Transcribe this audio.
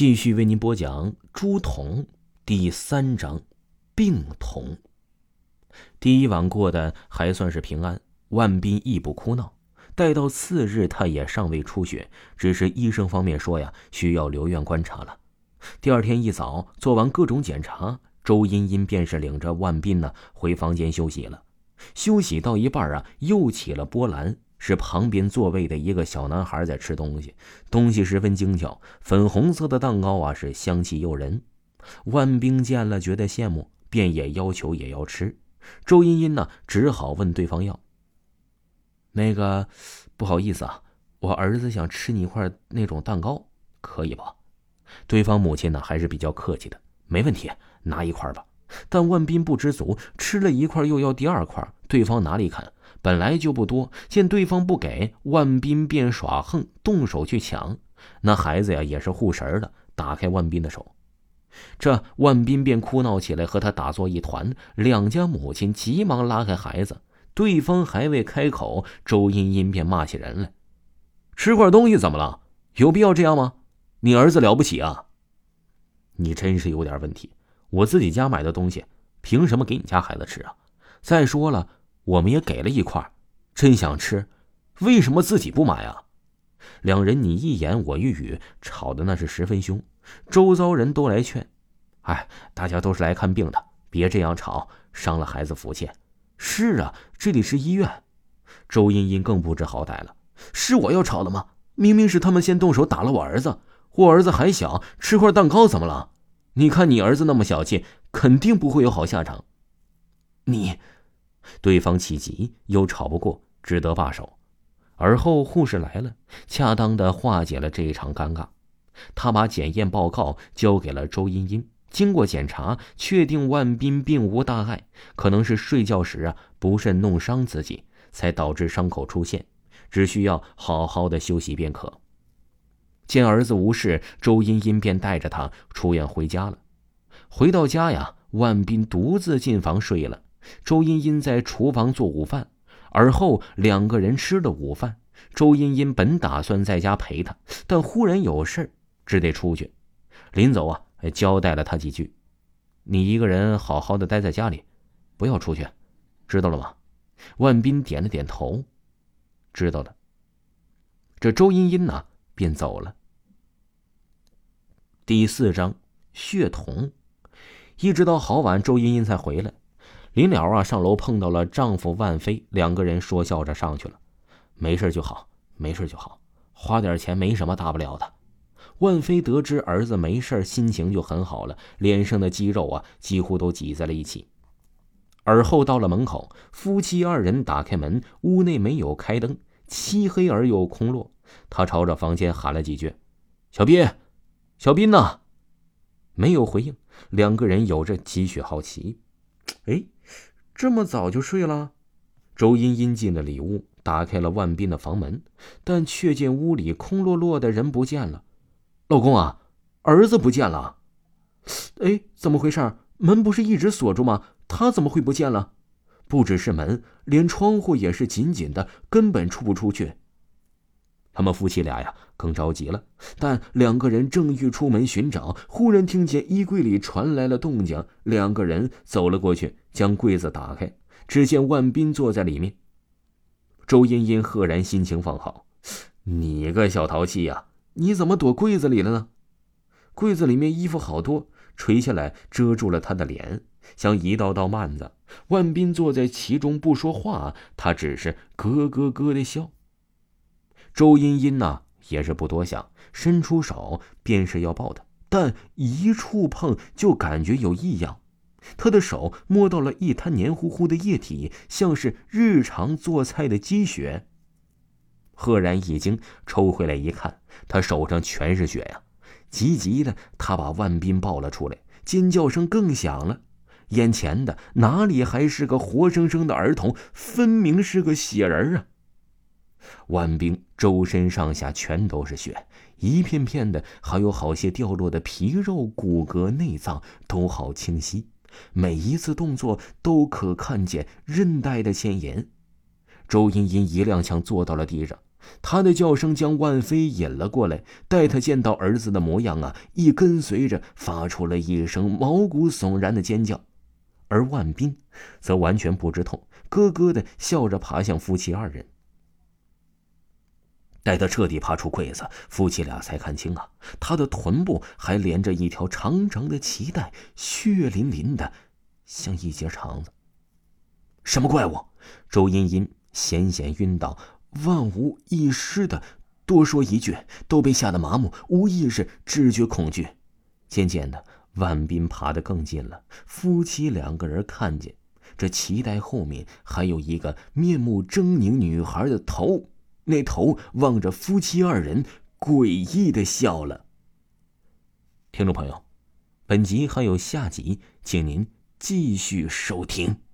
继续为您播讲朱仝第3章病童。第一晚过得还算是平安，万斌亦不哭闹。待到次日，他也尚未出血，只是医生方面说呀，需要留院观察了。第二天一早，做完各种检查，周茵茵便是领着万斌回房间休息了。休息到一半又起了波澜。是旁边座位的一个小男孩在吃东西，东西十分精巧，粉红色的蛋糕是香气诱人。万斌见了觉得羡慕，便也要求也要吃。周茵茵只好问对方要。那个不好意思我儿子想吃你一块那种蛋糕，可以吧？对方母亲还是比较客气的，没问题，拿一块吧。但万斌不知足，吃了一块又要第二块，对方哪里肯？本来就不多，见对方不给，万斌便耍横，动手去抢。那孩子也是护神的，打开万斌的手。这万斌便哭闹起来，和他打作一团。两家母亲急忙拉开孩子，对方还未开口，周茵茵便骂起人来：吃块东西怎么了？有必要这样吗？你儿子了不起啊？你真是有点问题，我自己家买的东西凭什么给你家孩子吃啊？再说了，我们也给了一块，真想吃，为什么自己不买啊？两人你一言我一语，吵得那是十分凶。周遭人都来劝，大家都是来看病的，别这样吵，伤了孩子福气。是啊，这里是医院。周茵茵更不知好歹了，是我要吵的吗？明明是他们先动手打了我儿子，我儿子还小，吃块蛋糕怎么了？你看你儿子那么小气，肯定不会有好下场。对方气急，又吵不过，只得罢手。而后护士来了，恰当的化解了这一场尴尬。他把检验报告交给了周茵茵，经过检查，确定万斌并无大碍，可能是睡觉时不慎弄伤自己，才导致伤口出现，只需要好好的休息便可。见儿子无事，周茵茵便带着他出院回家了。回到家万斌独自进房睡了。周茵茵在厨房做午饭，而后两个人吃了午饭。周茵茵本打算在家陪他，但忽然有事只得出去。临走交代了他几句：你一个人好好的待在家里，不要出去，知道了吗？万斌点了点头，知道了。这周茵茵便走了。第4章血统。一直到好晚，周茵茵才回来。临了上楼碰到了丈夫万飞，两个人说笑着上去了。没事就好，没事就好，花点钱没什么大不了的。万飞得知儿子没事，心情就很好了，脸上的肌肉几乎都挤在了一起。而后到了门口，夫妻二人打开门，屋内没有开灯，漆黑而又空落。他朝着房间喊了几句：小斌，小斌呢？没有回应。两个人有着几许好奇，这么早就睡了？周茵茵进了里屋，打开了万斌的房门，但却见屋里空落落的，人不见了。老公儿子不见了。怎么回事？门不是一直锁住吗？他怎么会不见了？不只是门，连窗户也是紧紧的，根本出不出去。他们夫妻俩更着急了，但两个人正欲出门寻找，忽然听见衣柜里传来了动静。两个人走了过去，将柜子打开，只见万斌坐在里面。周茵茵赫然心情放好：你个小淘气你怎么躲柜子里了呢？柜子里面衣服好多，垂下来遮住了他的脸，像一道道幔子。万斌坐在其中不说话，他只是咯咯咯地笑。周茵茵也是不多想，伸出手便是要抱他，但一触碰就感觉有异样。他的手摸到了一滩黏糊糊的液体，像是日常做菜的积雪。赫然一惊，抽回来一看，他手上全是血急急的他把万斌抱了出来，尖叫声更响了。眼前的哪里还是个活生生的儿童，分明是个血人万斌周身上下全都是血，一片片的，还有好些掉落的皮肉、骨骼、内脏都好清晰，每一次动作都可看见韧带的牵引。周茵茵一踉跄坐到了地上， 他的叫声将万飞引了过来，待他见到儿子的模样一跟随着发出了一声毛骨悚然的尖叫。而万斌则完全不知痛，咯咯的笑着爬向夫妻二人。待他彻底爬出柜子，夫妻俩才看清他的臀部还连着一条长长的脐带，血淋淋的，像一截肠子。什么怪物？周茵茵险险晕倒，万无一失的多说一句，都被吓得麻木，无意识知觉恐惧。渐渐的，万斌爬得更近了，夫妻两个人看见这脐带后面还有一个面目狰狞女孩的头，那头望着夫妻二人，诡异的笑了。听众朋友，本集还有下集，请您继续收听。